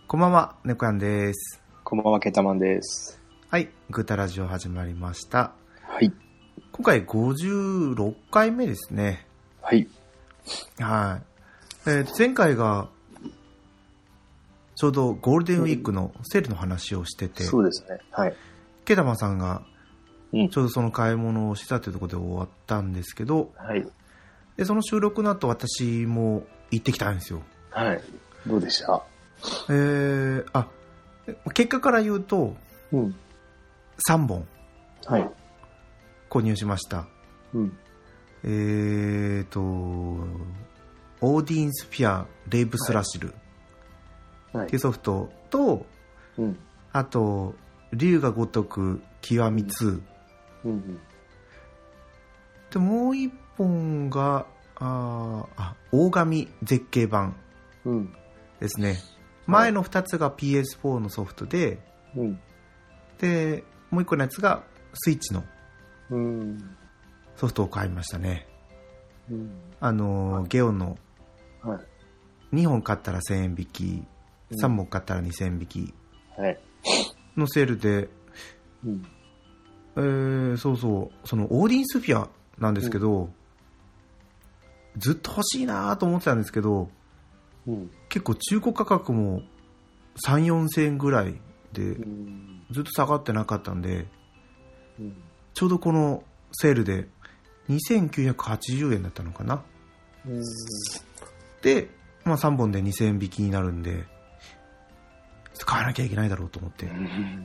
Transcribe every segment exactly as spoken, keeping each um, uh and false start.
こんばんは、猫やんです。 こんばんは、ケタマンです。 はい、グータラジオ始まりました。 はい。 今回ごじゅうろっかいめですね。 はい。 はい。えー、前回がちょうどゴールデンウィークのセールの話をしてて、 そうですね。はい。 ケタマンさんがちょちょうどその買い物をしたというところで終わったんですけど、 はい。 でその収録の後私も行ってきたんですよ。 はい。どうでした？ えー、あ、結果から言うと、 うん。 さんぼんはい。 購入しました。 うん。 えーと、オーディンスフィアレイブスラシルっていうソフトと、 うん。 あと、竜が如く極みツー。 うん。うん。 で、もう一本が、あーあ、大神絶景版うん。 ですね。前のふたつが ピーエスフォー のソフトで、 うん。 で、もう一個のやつがスイッチのうん。 ソフトを買いましたね。 うん。 あの、ゲオのはい。 にほん買ったらせんえん引き、さんぼん買ったらにせんえん引きはい。 のセールで、 うん。 えー、そうそう、そのオーディンスフィアなんですけど、うん、ずっと欲しいなと思ってたんですけど、うん、結構中古価格もさん、よんせんえんぐらいで、うん、ずっと下がってなかったんで、うん、ちょうどこのセールでにせんきゅうひゃくはちじゅうえんだったのかな、うん、で、まあ、さんぼんでにせんえん引きになるんで買わなきゃいけないだろうと思って、うん、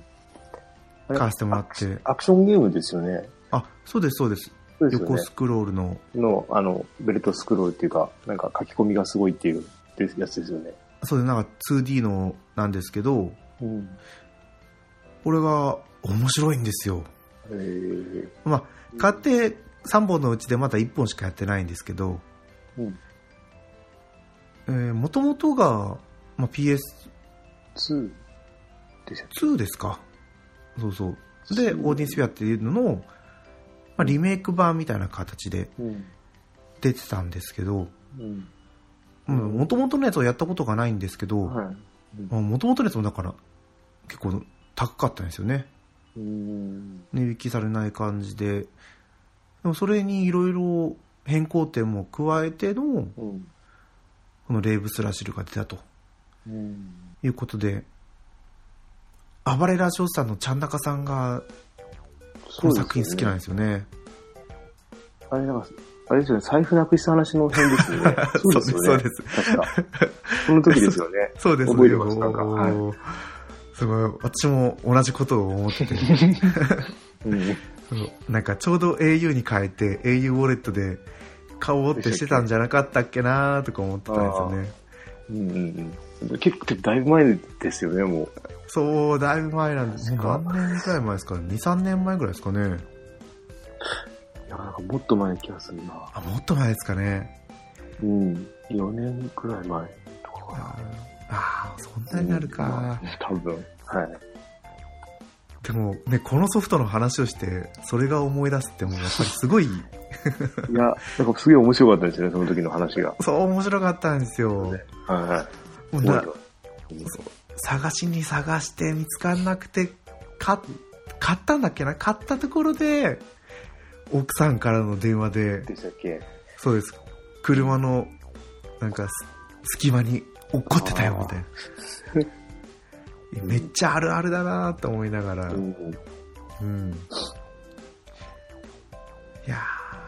買わせてもらって。 アクションゲームですよね。 あ、そうですそうです。そうですよね、横スクロールののあのベルトスクロールっていうか、なんか書き込みがすごいっていうやつですよね。 そうです、なんか ツーディー のなんですけど、うん、これが面白いんですよ。へー、まあ買ってさんぼんのうちでまだいっぽんしかやってないんですけど、うん、えー、元々が、まあ、ピーエスツー でしたっけ？ ツーですか。そうそう。で、オーディンスフィアっていうのの、まあ、リメイク版みたいな形で出てたんですけど、もともとのやつをやったことがないんですけど、もともとのやつもだから結構高かったんですよね。値引きされない感じで、でもそれにいろいろ変更点も加えての、うん、このレイブスラシルが出たと、うん、いうことで、暴れラジオスさんのちゃんなかさんがこの作品好きなんですよね。 あれなんかあれですよね、財布なくした話の辺ですよね。 そうですよね。そうです。 確か。この時ですよね。 そうです。 覚えてますなんか。はい。 すごい、私も同じことを思ってて。うん、なんかちょうど エーユー に変えて エーユー ウォレットで買おうってしてたんじゃなかったっけなーとか思ってたんですよね。 うんうんうん。結構だいぶ前ですよね、もう。 そう、だいぶ前なんです。何年くらい前ですかね。に、さんねんまえぐらいですかね。 いや、なんかもっと前の気がするな。 あ、もっと前ですかね。 うん。よねんくらい前とかかな。 ああ、そんなになるか、うん、まあ。多分。はい。 でもね、このソフトの話をして、それが思い出すってもうやっぱりすごい。いや、なんかすげえ面白かったですよね、その時の話が。 そう、面白かったんですよ。はいはい。 もうな、探しに探して見つからなくて、買ったんだっけな、買ったところで、奥さんからの電話で、 でしたっけ？ そうです。車のなんか隙間に落っこってたよみたいな。めっちゃあるあるだなと思いながら、うん、うん、いや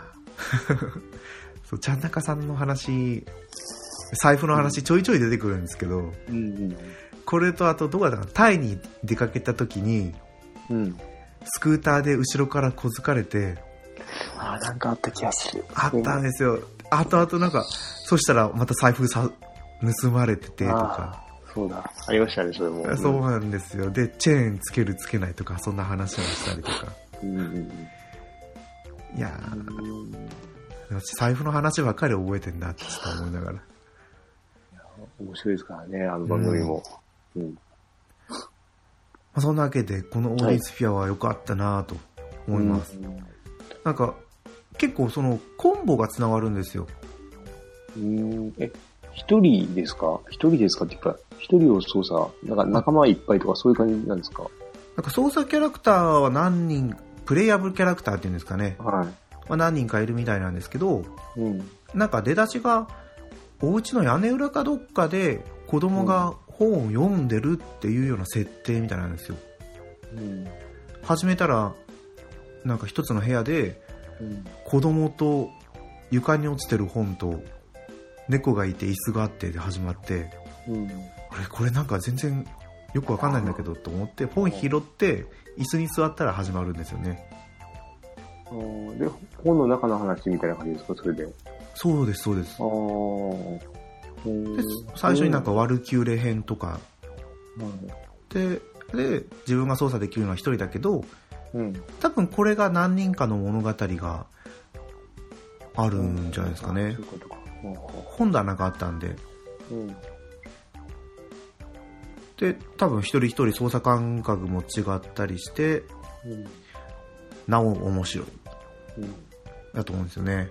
そう、ちゃんなかさんの話、財布の話ちょいちょい出てくるんですけど、うんうん、これとあとどこだったかタイに出かけた時に、うん、スクーターで後ろから小づかれて。 あ、なんかあった気がする。 あったんですよ。あとあとなんか、そしたらまた財布さ盗まれててとか。 そうだ。ありましたね、それも。 そうなんですよ。で、チェーンつけるつけないとか、そんな話をしたりとか。うんうん、いやー、私財布の話ばっかり覚えてんだってちょっと思いながら。いや、面白いですからね、あの番組も。うんうん、 まあ、そんなわけで、このオーディンスフィアは良かったなと思います。はい、なんか、結構そのコンボがつながるんですよ。 うーん、え、 一人ですか一人ですかっていうか、一人を操作、なんか仲間いっぱいとかそういう感じなんですか？ なんか操作キャラクターは何人、プレイヤブルキャラクターっていうんですかね。 はい。 まあ、何人かいるみたいなんですけど、 うん。 なんか出だしが、お家の屋根裏かどっかで子供が本を読んでるっていうような設定みたいなんですよ。 うん。 始めたら、なんか一つの部屋で、 うん、 子供と床に落ちてる本と猫がいて椅子があってで始まって、うん、あれこれなんか全然よくわかんないんだけどと思って本拾って椅子に座ったら始まるんですよね。 で本の中の話みたいな感じですか？それで。 そうですそうです。あで最初になんかワルキューレ編とか、うん、で, で自分が操作できるのは一人だけど、うん、多分これが何人かの物語があるんじゃないですかね。うん、そういうことか。本棚があったんで、うん、で多分一人一人操作感覚も違ったりして、うん、なお面白い、うん、だと思うんですよね。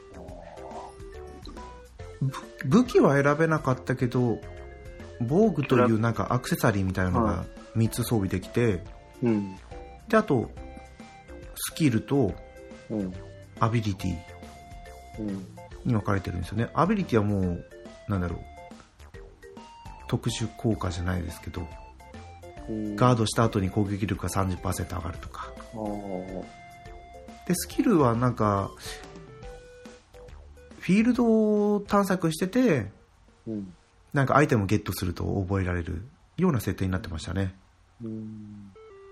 武器は選べなかったけど防具というなんかアクセサリーみたいなのがみっつ装備できて、うん、であとスキルとアビリティに分かれてるんですよね。アビリティはもうなんだろう特殊効果じゃないですけど、うん、ガードした後に攻撃力が さんじゅっパーセント 上がるとかで、スキルはなんかフィールドを探索してて、うん、なんかアイテムをゲットすると覚えられるような設定になってましたね。うん、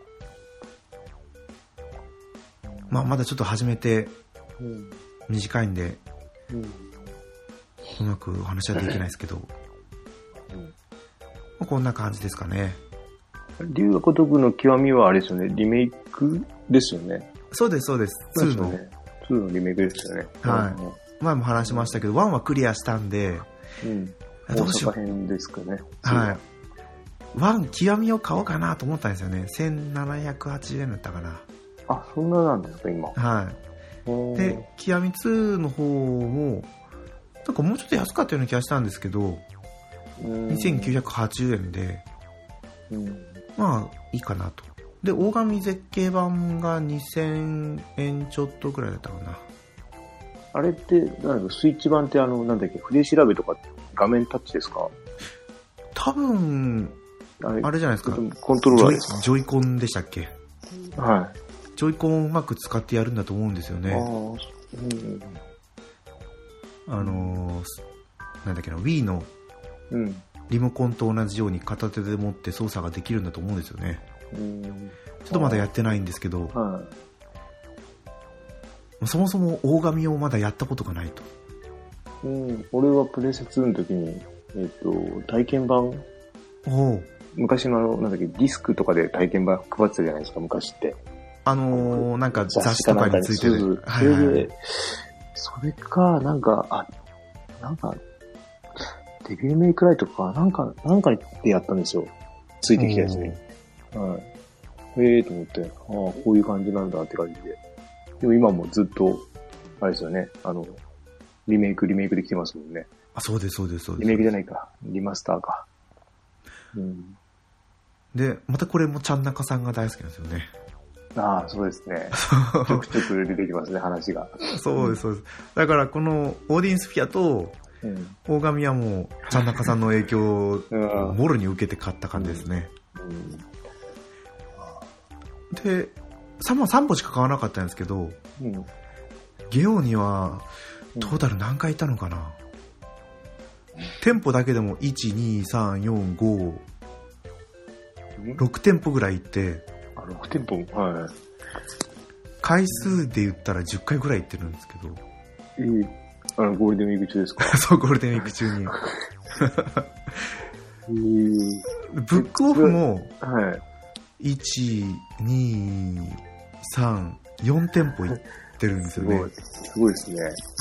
まあまだちょっと始めて短いんで、うん、うまくお話はできないですけど、うんまあ、こんな感じですかね。 龍が如くの極みはあれですよね、リメイクですよね。 そうですそうです。ツーの、 ね、ツーのリメイクですよね。 はい。うん、前も話しましたけど、ワンはクリアしたんで、 うん、どうしよう。大阪編ですかね。 はい。ワン極みを買おうかなと思ったんですよね。せんななひゃくはちじゅうえんだったかな。 あ、そんななんですか今。 はい。で、極みツーの方もなんかもうちょっと安かったような気がしたんですけど、にせんきゅうひゃくはちじゅうえんで、うん、まあいいかなと。で、大神絶景版がにせんえんちょっとぐらいだったかな。 あれって、なんかスイッチ版ってあの、なんだっけ、筆調べとか画面タッチですか？ 多分、あれ、あれじゃないですか。 コントローラーですか？ ジョイコンでしたっけ？ はい。 ジョイコンをうまく使ってやるんだと思うんですよね。あ、うん、あのー、なんだっけな、Wii のリモコンと同じように片手で持って操作ができるんだと思うんですよね。うん、ちょっとまだやってないんですけど、はい、そもそも大神をまだやったことがないと。 うん、俺はプレステツーの時に、えっと、体験版、お昔のあの、なんだっけ、ディスクとかで体験版配ってたじゃないですか、昔って。 あのー、なんか雑誌とかについてる。 それで、それか、なんか、あ、なんか、デビルメイクライトか、なんか、なんかでやったんですよ。ついてきたやつに。はい。ええーと思って、ああ、こういう感じなんだって感じで。でも今もずっと、あれですよね、あの、リメイク、リメイクできてますもんね。 あ、そうです、そうです、そうです。 リメイクじゃないか。リマスターか。 うん。で、またこれもちゃんなかさんが大好きなんですよね。 ああ、そうですね。ちょくちょく出てきますね、話が。 そうです、そうです。だからこのオーディンスフィアと、うん、大神はもう、ちゃんなかさんの影響をもろに受けて買った感じですね。うんうん、で、さんぼん、さんぼんしか買わなかったんですけど、うん、ゲオにはトータル何回行ったのかな、うん、店舗だけでもいち、に、さん、よん、ご、ろく店舗ぐらい行って、 あ、ろく店舗、はい。 回数で言ったらじゅっかいぐらい行ってるんですけど。 えー、あの、ゴールデンウィーク中ですか？ そう、ゴールデンウィーク中に。 えー、 ブックオフも、はい。いち、に、さん、よん店舗行ってるんですよね。 すごい、すごいですね。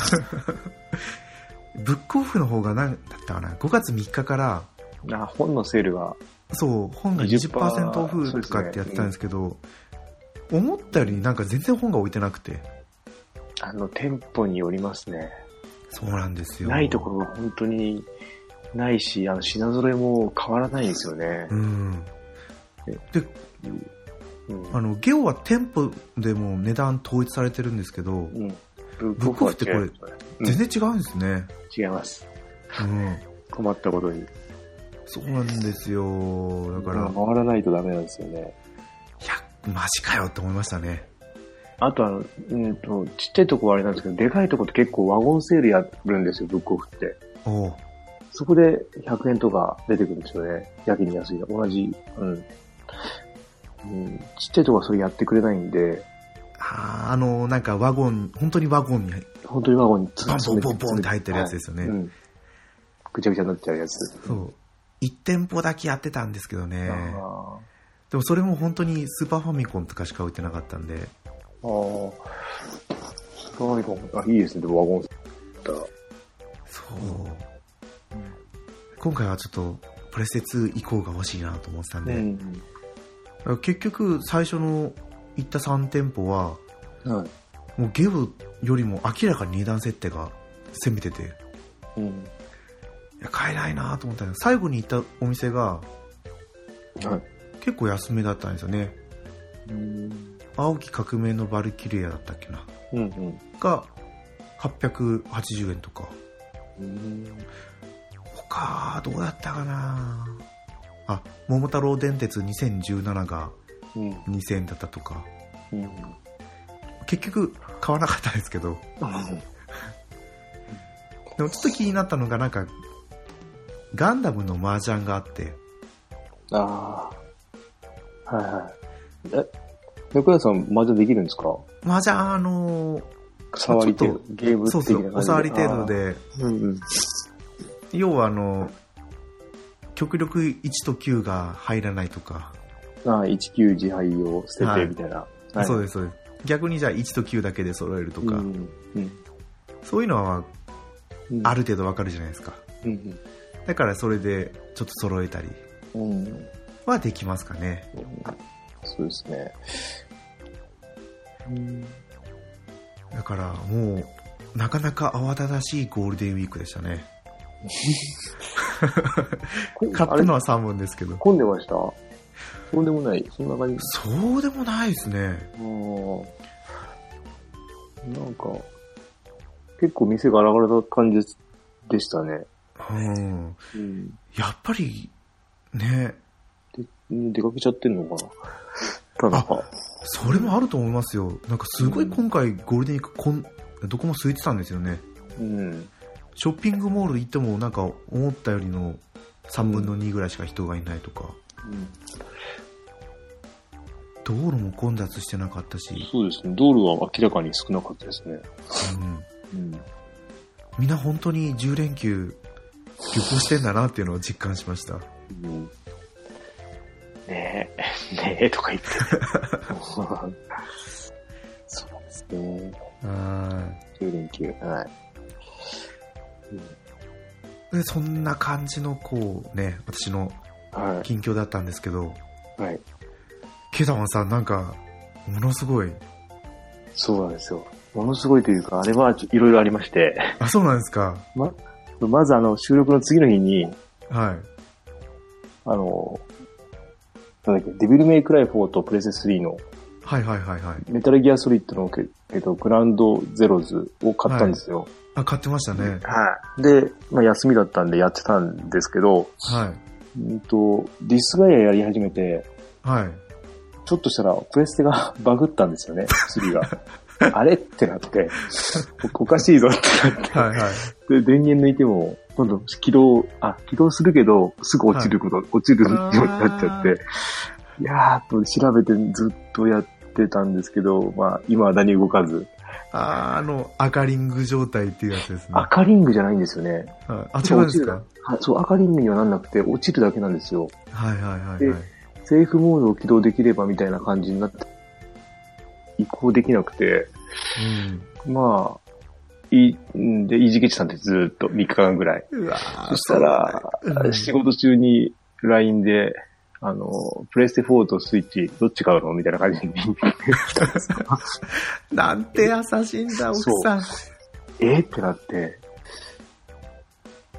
ブックオフの方が何だったかな、ごがつみっかから、 あ、本のセールが。 そう、本が にじゅっパーセント オフとかってやってたんですけど、うん、思ったよりなんか全然本が置いてなくて。 あの、店舗によりますね。 そうなんですよ。 ないところは本当にないし、あの品揃えも変わらないですよね。 うん。で、うん、あのゲオは店舗でも値段統一されてるんですけど、うん、ブックオフってこれ、全然違うんですね。 違います。うん。困ったことに。 そうなんですよ。だから。 回らないとダメなんですよね。 いや、マジかよって思いましたね。 あとあの、うんと、ちっちゃいとこはあれなんですけど、でかいとこって結構ワゴンセールやるんですよ、ブックオフって。おう。そこでひゃくえんとか出てくるんですよね。やけに安い。同じ、うん。うん、ちっちゃいとこはそれやってくれないんで。 ああ、あの、なんかワゴン、本当にワゴンに、 本当にワゴンにボンボンボンボンって入ってるやつですよね。はい、うん。 ぐちゃぐちゃになっちゃうやつ。 そう。一店舗だけやってたんですけどね。でもそれも本当にスーパーファミコンとかしか置いてなかったんで。ああ。 スーパーファミコン、あ、いいですね、でもワゴン。 そう。うん、今回はちょっとプレステツー以降が欲しいなと思ってたんで。うん、結局最初の行ったさん店舗は、はい、もうゲオよりも明らかに値段設定が攻めてて。うん、いや買えないなと思ったんですけど、最後に行ったお店が、はい、結構安めだったんですよね。うん、青き革命のバルキリアだったっけな、うんうん、がはっぴゃくはちじゅうえんとか。うん、他どうだったかなあ、桃太郎電鉄にせんじゅうなながにせんえんだったとか、うん、結局買わなかったですけど、うん、でもちょっと気になったのが、なんかガンダムの麻雀があって。 ああ、はいはい。え、猫屋さん麻雀できるんですか？ 麻雀、あのー、 触り程度、ゲーム的な感じで。そうそう、 お触り程度で、うんうん、要はあの極力いちときゅうが入らないとか。 ああ、いちきゅう自敗を捨ててみたいな。はいはい、そうですそうです。逆にじゃあいちときゅうだけで揃えるとか、うんうん、そういうのはある程度わかるじゃないですか。うんうん、だからそれでちょっと揃えたりはできますかね。うんうん、 そうですね。 うん、だからもうなかなか慌ただしいゴールデンウィークでしたね。買ったのはさんぼんですけど。 混んでました？そうでもない。そんな感じ。 そうでもないですね。 なんか結構店がガラガラな感じでしたね。 うんうん、やっぱりね。 で出かけちゃってんのかな。ただあ、それもあると思いますよ。なんかすごい今回ゴールデンウィークこんどこも空いてたんですよね。うん。ショッピングモール行ってもなんか思ったよりのさんぶんのにぐらいしか人がいないとか、うん、道路も混雑してなかったし。 そうですね、道路は明らかに少なかったですね。 うん、うん、みんな本当にじゅう連休旅行してんだなっていうのを実感しました。うん、 ねえねえとか言ってそうですね。はい、じゅう連休、はい。 でそんな感じのこうね、私の近況だったんですけど、はい。ケダマンさんなんかものすごい。 そうなんですよ。ものすごいというか、あれはいろいろありまして。 あ、そうなんですか。 ままずあの収録の次の日に、はい。あのなんだっけ、デビルメイクライフォーとプレステスリーの、 はいはいはいはい。 メタルギアソリッドのえっとグランドゼロズを買ったんですよ。はい、 あ、買ってましたね。 はい。で、まあ、休みだったんでやってたんですけど、はい。うんと、ディスガイアやり始めて、はい。ちょっとしたらプレステがバグったんですよね、スリーが。あれってなって、おかしいぞってなって、はいはい。で、電源抜いても、今度起動、あ、起動するけど、すぐ落ちること、はい、落ちるようになっちゃって、いやーと調べてずっとやってたんですけど、まあ、今は何動かず、 あ, あの赤リング状態っていうやつですね。 赤リングじゃないんですよね。 はい、あ、違うんですか？ はい、そう、赤リングにはなんなくて落ちるだけなんですよ。 はいはいはい、はい。 で、セーフモードを起動できればみたいな感じになって移行できなくて、うん、まあいでいじけてたんです、ずーっとみっかかんぐらい。うわそしたら、うん、仕事中に ライン で。あの、プレステフォーとスイッチ、どっち買うのみたいな感じに来たんですよ。 なんて優しいんだ、奥さん。 えー、ってなって。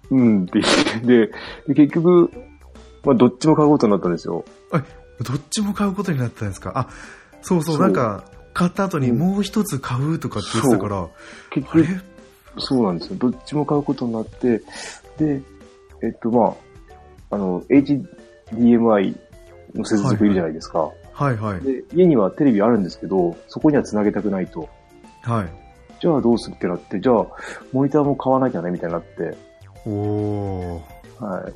うんって言って、で、で結局、まあ、どっちも買うことになったんですよ。 え、どっちも買うことになったんですか？あ、そうそう、そうなんか、買った後にもう一つ買うとかって言ってたから、うん、 結局、そうなんですよ。どっちも買うことになって、で、えっと、まあ、あの、エイチディーエムアイ の接続いるじゃないですか。 はいはい。はいはい、 で、家にはテレビあるんですけど、そこには繋げたくないと。 はい。 じゃあどうするってなって、じゃあ、モニターも買わなきゃね、みたいになって。 おー。はい。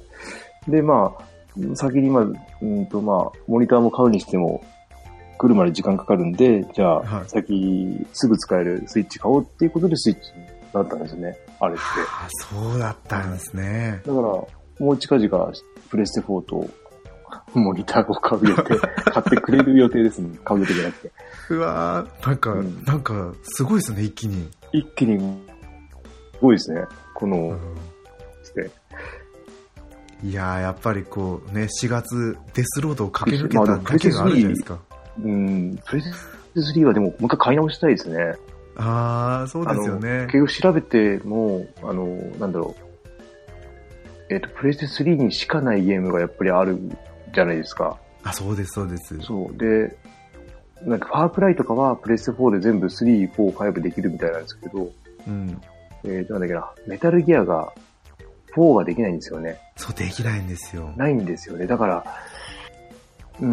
で、まあ、先にまあ、うんとまあ、モニターも買うにしても、来るまで時間かかるんで、じゃあ、はい、先、すぐ使えるスイッチ買おうっていうことでスイッチになったんですよね、あれって。 ああ、そうだったんですね。 だから、もう近々、プレステフォーと、モニターを買う予定、買ってくれる予定ですね。買う予定じゃなくて。 うわー、なんか、うん、なんか、すごいですね、一気に。 一気に、すごいですね、この、うん、 いやー、やっぱりこうね、しがつ、デスロードを駆け抜けただけがあるじゃないですか。 うん、プレステスリーはでも、もう一回買い直したいですね。 あー、そうですよね。 結局調べても、あの、なんだろう。えっと、プレステスリーにしかないゲームがやっぱりあるじゃないですか。 あ、そうです、そうです。 そう。で、なんか、ファークライとかはプレステフォーで全部スリー、フォー、ファイブできるみたいなんですけど、 うん。 えーと、なんだっけな、メタルギアが、フォーができないんですよね。 そう、できないんですよ。 ないんですよね。だから、うん、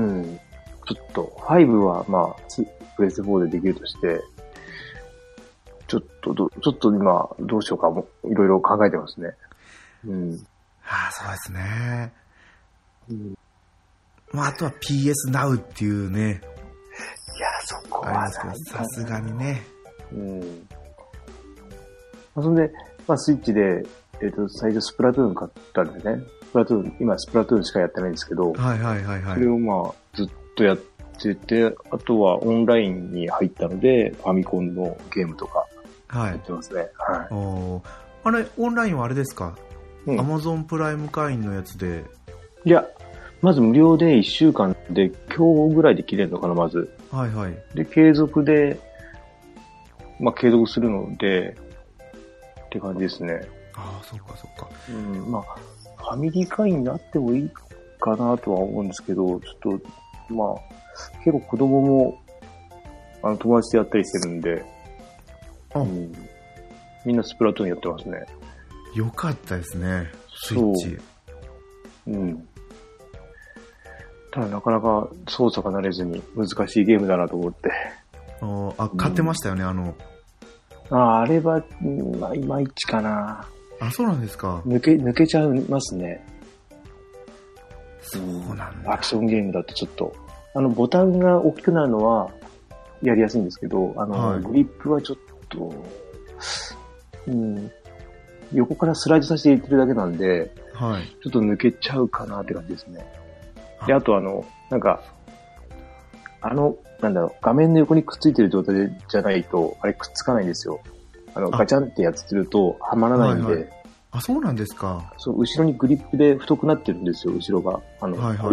ちょっと、ファイブは、まあ、プレステフォーでできるとして、ちょっとど、ちょっと今、どうしようかも、いろいろ考えてますね。うん。 ああ、そうですね。 うん。 まあ、あとは ピーエス Now っていうね。 いや、そこはさすがにね。 うん。まあ、そんで、まあ、スイッチで、えっと、最初スプラトゥーン買ったんですね。スプラトゥーン、今スプラトゥーンしかやってないんですけど。 はいはいはいはい。 それをまあ、ずっとやってて、あとはオンラインに入ったので、ファミコンのゲームとか、やってますね。はい。はい、 おあれ、オンラインはあれですか？うん、Amazon プライム会員のやつで。 いや、まず無料でいっしゅうかんで、今日ぐらいで切れるのかな、まず。 はいはい。 で、継続で、まあ、継続するので、って感じですね。 ああ、そうかそうか。 うん、まあ、ファミリー会員になってもいいかなとは思うんですけど、ちょっと、まあ、結構子供も、あの、友達でやったりしてるんで、うん、みんなスプラトゥーンやってますね。 よかったですね、スイッチ。 うん。ただなかなか操作が慣れずに難しいゲームだなと思って。 あ、買ってましたよね、うん、あの。 あ、あれは、まあ、いまいちかな。 あ、そうなんですか。 抜け、抜けちゃいますね。 そうなんだ。 アクションゲームだとちょっと。あの、ボタンが大きくなるのはやりやすいんですけど、あの、はい、グリップはちょっと、うん、横からスライドさせて入れてるだけなんで、 はい、 ちょっと抜けちゃうかなって感じですね。で、あとあの、なんか、あの、なんだろう、画面の横にくっついてる状態じゃないと、あれくっつかないんですよ。あの、ガチャンってやってるとはまらないんで、はいはい。 あ、そうなんですか。 そう、後ろにグリップで太くなってるんですよ、後ろが。あの、はいはい、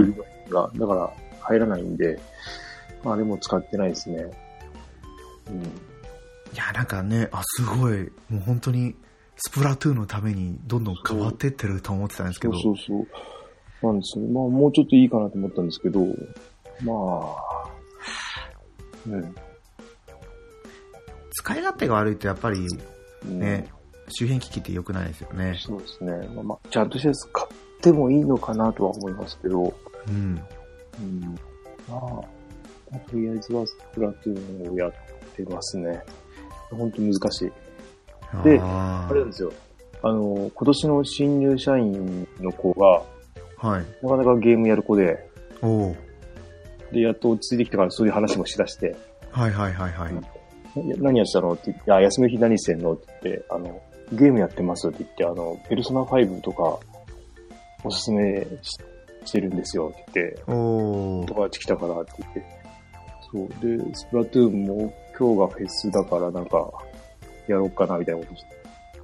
が。だから入らないんで、あれも使ってないですね。うん。 いや、なんかね、あ、すごい、もう本当に、スプラトゥーンのためにどんどん変わってってると思ってたんですけど。 そうそうそう。なんですね。まあ、もうちょっといいかなと思ったんですけど、まあ、うん。 使い勝手が悪いとやっぱりね、うん、周辺機器って良くないですよね。 そうですね。まあ、まあ、ちゃんとしたやつ買ってもいいのかなとは思いますけど、 うん。 うん、まあ、とりあえずはスプラトゥーンをやってますね。本当に難しい。で、あれなんですよ。あの、今年の新入社員の子が、 はい。 なかなかゲームやる子で、 おで、やっと落ち着いてきたからそういう話もしだして、 はいはいはいはい。 うん、何やってたのって言って、あ、休みの日何してんのって言って、あの、ゲームやってますって言って、あの、ペルソナファイブとか、おすすめ し, してるんですよって言って、 お友達来たからって言って、そう。で、スプラトゥーンも今日がフェスだからなんか、やろうかなみたいなことして。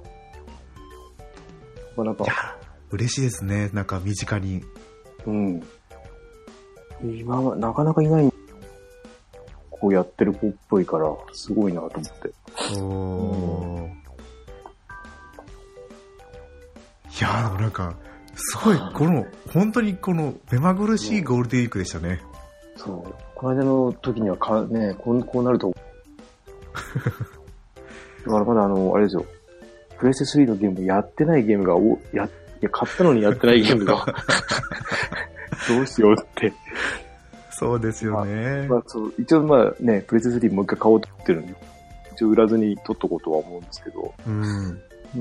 まあ、なんか。 いや、嬉しいですね。なんか身近に。 うん。今はなかなかいない、こうやってる子っぽいから、すごいなと思って。 おー。うん、いやー、でもなんか、すごい、この、本当にこの、目まぐるしいゴールデンウィークでしたね。 そう。この間の時にはか、ね、こう、こうなると。だからまだあの、あれですよ。プレステスリーのゲームやってないゲームが、お、や、いや、買ったのにやってないゲームが、どうしようって。 そうですよね。 まあ、まあ、そう、一応まあね、プレステスリーもう一回買おうと思ってるんで、一応売らずに取っとこうとは思うんですけど。 うん。 うん、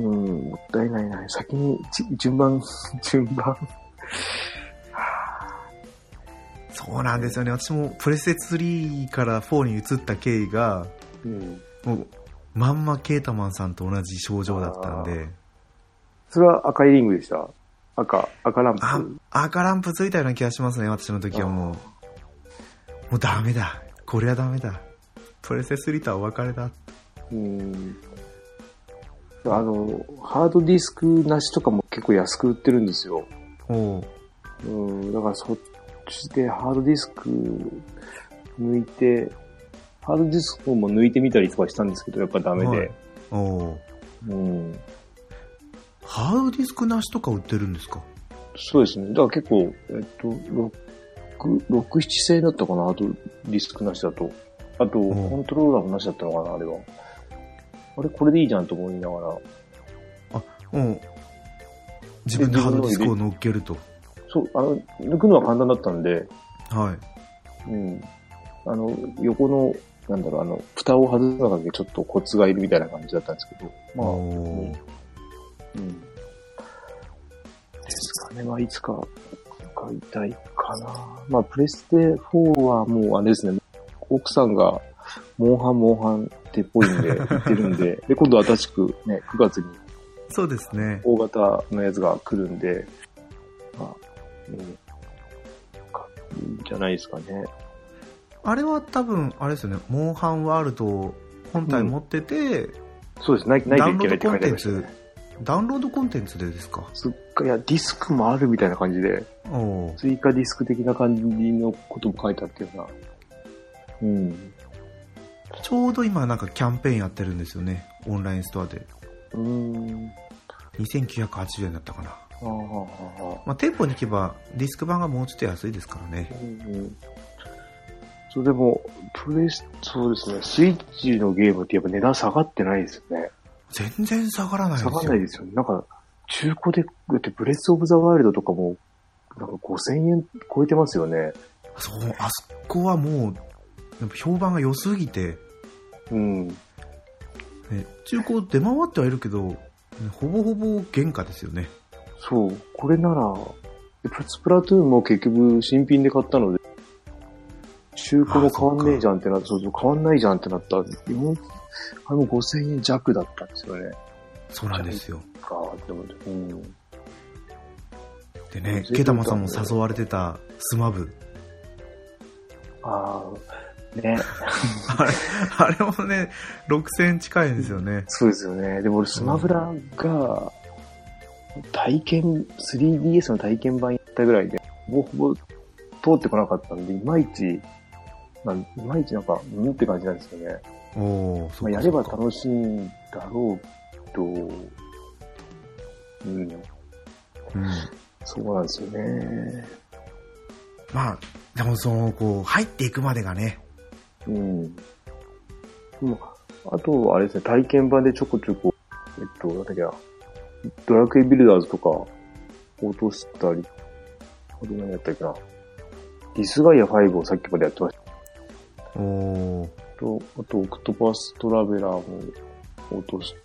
もったいないな。先に、順番、順番。 そうなんですよね。私もプレステスリーからフォーに移った経緯が、うん、もうまんまケータマンさんと同じ症状だったんで。 それは赤いリングでした？赤、赤ランプ。 赤ランプついたような気がしますね、私の時はもう。もうダメだ。これはダメだ。プレステスリーとはお別れだ。 うん。あの、ハードディスクなしとかも結構安く売ってるんですよ。 おう。 うん、だからそっちでハードディスク抜いて、ハードディスクも抜いてみたりとかしたんですけど、やっぱダメで。はい、 おう。 うん。 ハードディスクなしとか売ってるんですか？ そうですね。だから結構、えっと、ろく、ろく、ななせんえんだったかな、あとディスクなしだと。あと、コントローラーもなしだったのかな、あれは。あれ、これでいいじゃんと思いながら。 あ、うん。自分でハードディスクを乗っけると。 そう、あの、抜くのは簡単だったんで。 はい。 うん。あの、横の、なんだろう、あの、蓋を外すのだけちょっとコツがいるみたいな感じだったんですけど。まあ、うん。うん。ですかね。まあ、いつか買いたいかな。まあ、プレステフォーはもう、あれですね。奥さんが、モンハンモンハンってっぽいんで、言ってるんで、で、今度新しくね、くがつに。 そうですね。 大型のやつが来るんで、まあ、うん、いいんじゃないですかね。 あれは多分、あれですよね、モンハンワールド本体持ってて、うん、 そうです、ない、ないといけないって書いてありましたね。 ダウンロードコンテンツでですか？ すっか、いや、ディスクもあるみたいな感じで、追加ディスク的な感じのことも書いてあってるな。うん。 ちょうど今なんかキャンペーンやってるんですよね、オンラインストアで。 うーん。 にせんきゅうひゃくはちじゅうえんだったかな。ああ、ああ、 まあ、店舗に行けばディスク版がもうちょっと安いですからね。 うんうん。そう、でも、プレス、そうですね、スイッチのゲームってやっぱ値段下がってないですよね。 全然下がらないですよ。 下がらないですよね。なんか、中古で、だってブレスオブザワイルドとかも、なんかごせんえん超えてますよね。 そう、あそこはもう、やっぱ評判が良すぎて、 うん。 ね、中古出回ってはいるけど、ほぼほぼ原価ですよね。 そう、これなら、スプラトゥーンも結局新品で買ったので、中古も変わんねえじゃんってなった、そうそう、変わんないじゃんってなった。あのごせんえん弱だったんですよね。 そうなんですよ。 かって思って、うん。 でね、ケタマさんも誘われてたスマブ。 ああ、ね。 あれ、あれもね、ろくせんえん近いんですよね。 そうですよね。でも俺スマブラが、体験、スリーディーエス の体験版やったぐらいで、ほぼほぼ通ってこなかったんで、いまいち、まあ、いまいちなんか、うんって感じなんですよね。 おー、そうか。 まあ、やれば楽しいんだろうと、うん。うん。そうなんですよね。 まあ、でもその、こう、入っていくまでがね。 うん。まあ、あと、あれですね、体験版でちょこちょこ、えっと、なんだっけな、ドラクエビルダーズとか、落としたり、あと何やったっけな、ディスガイアファイブをさっきまでやってました。 おー。 と、あと、オクトパストラベラーも落として、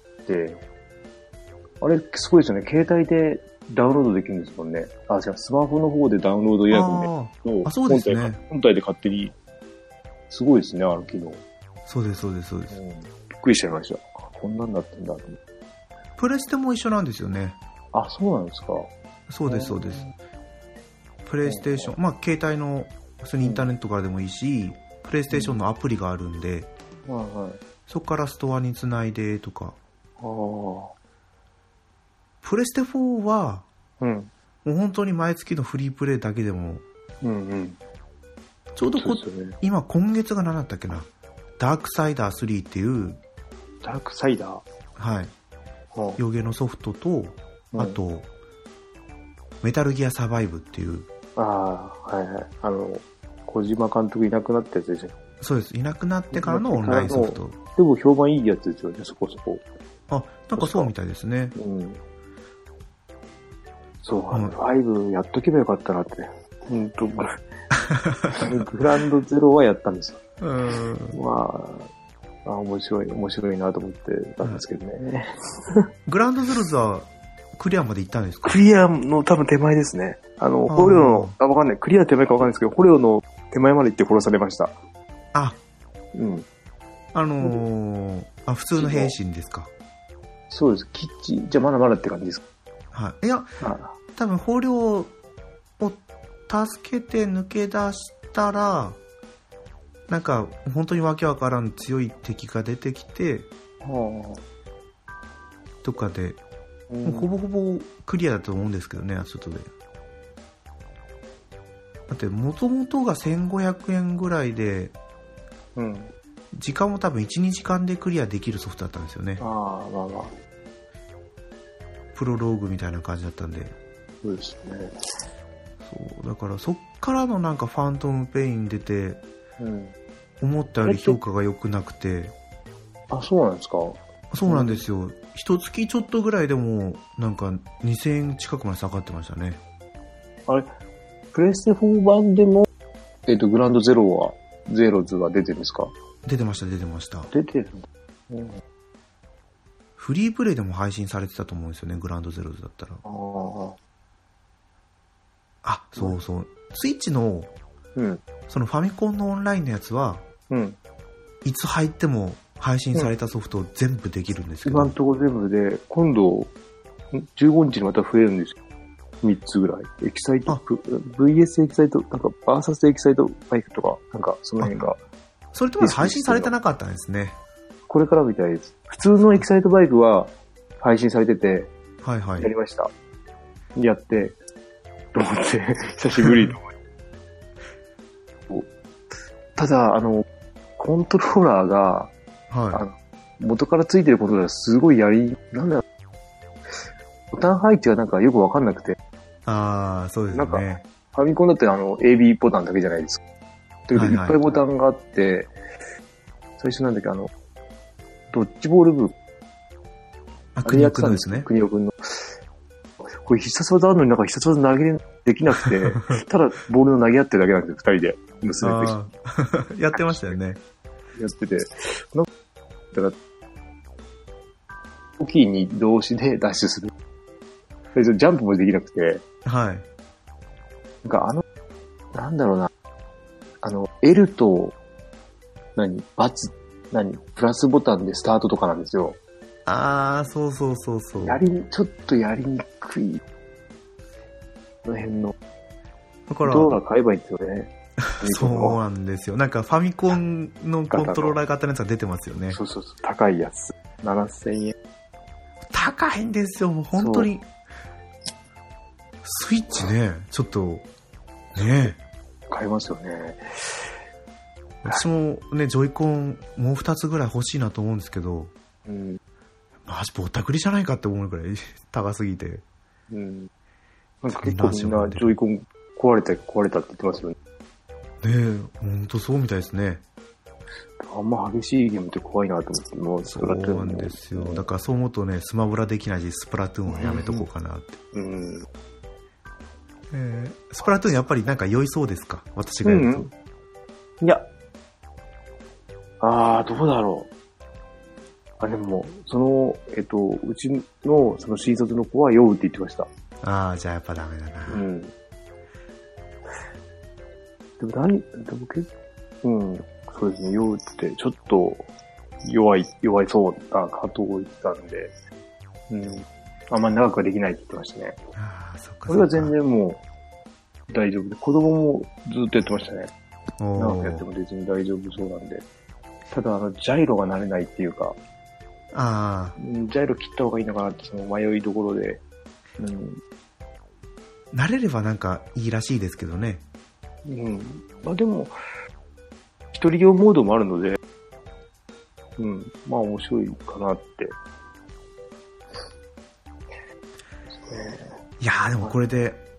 あれ、すごいですよね。携帯でダウンロードできるんですもんね。あ、違う、スマホの方でダウンロード予約で、 あ、そうですね。 本体、本体で勝手に、すごいですね、あの機能。 そうです、そうです、そうです。うん、 びっくりしちゃいました。こんなんだったんだと思って。 プレステも一緒なんですよね。 あ、そうなんですか。 そうです、そうです。プレイステーション、まあ、携帯の、普通にインターネットからでもいいし、プレイステーションのアプリがあるんで、 うん、はいはい、 そこからストアにつないでとか。 ああ。 プレステフォーは、 うん、 もう本当に毎月のフリープレイだけでも、 うんうん、 ちょうどこ、ね、今今月が何だったっけな、ダークサイダースリーっていう、 ダークサイダー、 はい、洋芸のソフトと、あと、 メタルギアサバイブっていう。 ああ、はいはい。あの、小島監督いなくなったやつでしょ。 そうです。いなくなってからのオンラインソフト。 でも評判いいやつですよね、そこそこ。 あ、なんかそうみたいですね。 うん。そう、うん、ファイブやっとけばよかったなって。うんと、グランドゼロはやったんですよ。うん。まあ、あ面白い、面白いなと思ってたんですけどね。 グランドゼロズはクリアまで行ったんですか？ クリアの多分手前ですね。あの、捕虜の、あ、わかんない。クリア手前かわかんないですけど、捕虜の手前まで行って殺されました。 あ、 うん。 あのー、あ、普通の兵士ですか？ そうです。キッチン、じゃあまだまだって感じですか？ はい。いや、多分捕虜を助けて抜け出したら、なんか本当にわけわからん強い敵が出てきて、はあ、とかで、うん、もうほぼほぼクリアだと思うんですけどね、外で。だって元々がせんごひゃくえんぐらいで、うん、時間も多分いち、にじかんでクリアできるソフトだったんですよね。 ああ、まあまあ。 プロローグみたいな感じだったんで。 そうですね。 そう、だからそっからのなんかファントムペイン出て、うん、思ったより評価が良くなくて。 あ、そうなんですか？ そうなんですよ。一月ちょっとぐらいでもなんかにせんえん近くまで下がってましたね。 あれ、プレステフォー版でも、えっと、グランドゼロは、ゼロズは出てるんですか？出てました、出てました。 出てるんだ。うん、 フリープレイでも配信されてたと思うんですよね、グランドゼロズだったら。ああ、そうそう。スイッチの、うん、そのファミコンのオンラインのやつは、うん、いつ入っても配信されたソフトを全部できるんですけど。 今んとこ全部で、今度、じゅうごにちにまた増えるんですよ。みっつぐらい。エキサイト、ブイエス エキサイト、なんか、バーサスエキサイトバイクとか、なんか、その辺が。 それとは配信されてなかったんですね。 これからみたいです。普通のエキサイトバイクは配信されてて、 はいはい。 やりました。やって、と思って、久しぶりと思って。ただ、あの、コントローラーが、はい、あの元からついてることがすごいやり、なんだろう、ボタン配置がなんかよくわかんなくて。 ああ、そうですね。なんか、 ファミコンだってあの、エービー ボタンだけじゃないですか。ということで、いっぱいボタンがあって、はいはい、最初なんだっけ、あの、ドッジボール部。 あ、国尾くんですね。 国尾くんの。これ必殺技あるのになんか必殺技投げできなくて、ただボールの投げ合ってるだけなんですよ、二人で。娘とやってましたよね。 やってて。なんか、だから、大きいに同士でダッシュする。ジャンプもできなくて。 はい。 なんかあの、なんだろうな。あの、L と、何バツ、何プラスボタンでスタートとかなんですよ。 あー、そうそうそうそう。 やり、ちょっとやりにくい。この辺の。だから、コントローラー買えばいいんですよね。 そうなんですよ。なんかファミコンのコントローラー型のやつが出てますよね。 そうそうそう。高いやつ。ななせんえん。 高いんですよ。もう本当に。スイッチね、ちょっと、ね買えますよね。 私もね、ジョイコンもうふたつぐらい欲しいなと思うんですけど、うん、マジぼったくりじゃないかって思うくらい高すぎて。うん。 なんか結構みんなジョイコン壊れた壊れたって言ってますよね。 ねえ、ほんとそうみたいですね。 あんま激しいゲームって怖いなと思って、もうスプラトゥーン。そうなんですよ。だからそう思うとね、スマブラできないし、スプラトゥーンはやめとこうかなって。うん。うん、えー、スプラトゥーンやっぱりなんか酔いそうですか？私がやると。うん、 いや。あー、どうだろう。あ、でも、その、えっと、うちの、その新卒の子は酔うって言ってました。 あー、じゃあやっぱダメだな。うん。 でも何、でも結構、うん、そうですね、酔うって、ちょっと、弱い、弱いそうな加藤を言ってたんで、うん。あんまり長くはできないって言ってましたね。 ああ、そっかそっか。 これは全然もう、大丈夫で、子供もずっとやってましたね。長くやっても別に大丈夫そうなんで。ただ、あの、ジャイロが慣れないっていうか、 ああ。 ジャイロ切った方がいいのかなって、その迷いどころで。うん。 慣れればなんかいいらしいですけどね。 うん。まあでも、一人用モードもあるので、うん。まあ面白いかなって。 いやーでもこれで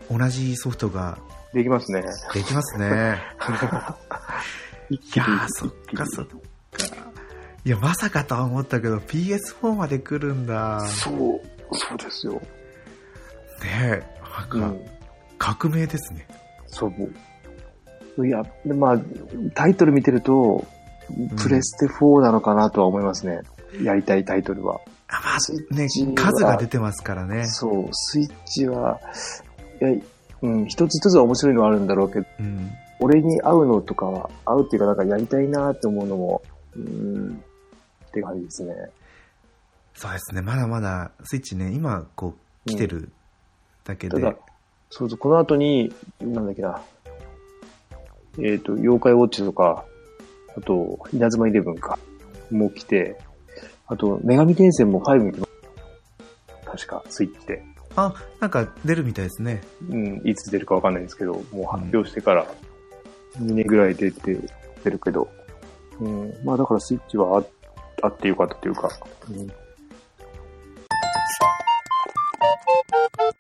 同じソフトができますね。 できますね。いやー、そっかそっか。いや、まさかとは思ったけど、ピーエスフォー まで来るんだ。 そう、そうですよ。 ねえ、なんか、うん、革命ですね。 そう。いや、まあ、タイトル見てると、プレステフォーなのかなとは思いますね。うん、やりたいタイトルは。 あ、まあ、ね、数が出てますからね。 そう、スイッチは、いや、うん、一つ一つは面白いのはあるんだろうけど、うん、俺に合うのとかは、合うっていうかなんかやりたいなって思うのも、うん、って感じですね。 そうですね。まだまだスイッチね、今こう来てるだけで。うん、ただ、 そうそう、この後に、なんだっけな、えっ、ー、と、妖怪ウォッチとか、あと、稲妻イレブンか、もう来て、あと、女神転生もファイブに来ます。確か、スイッチで。 あ、なんか出るみたいですね。 うん、いつ出るかわかんないんですけど、もう発表してからにねんぐらい出て、出るけど、うん、まあだからスイッチはあ、あってよかったというか、うん、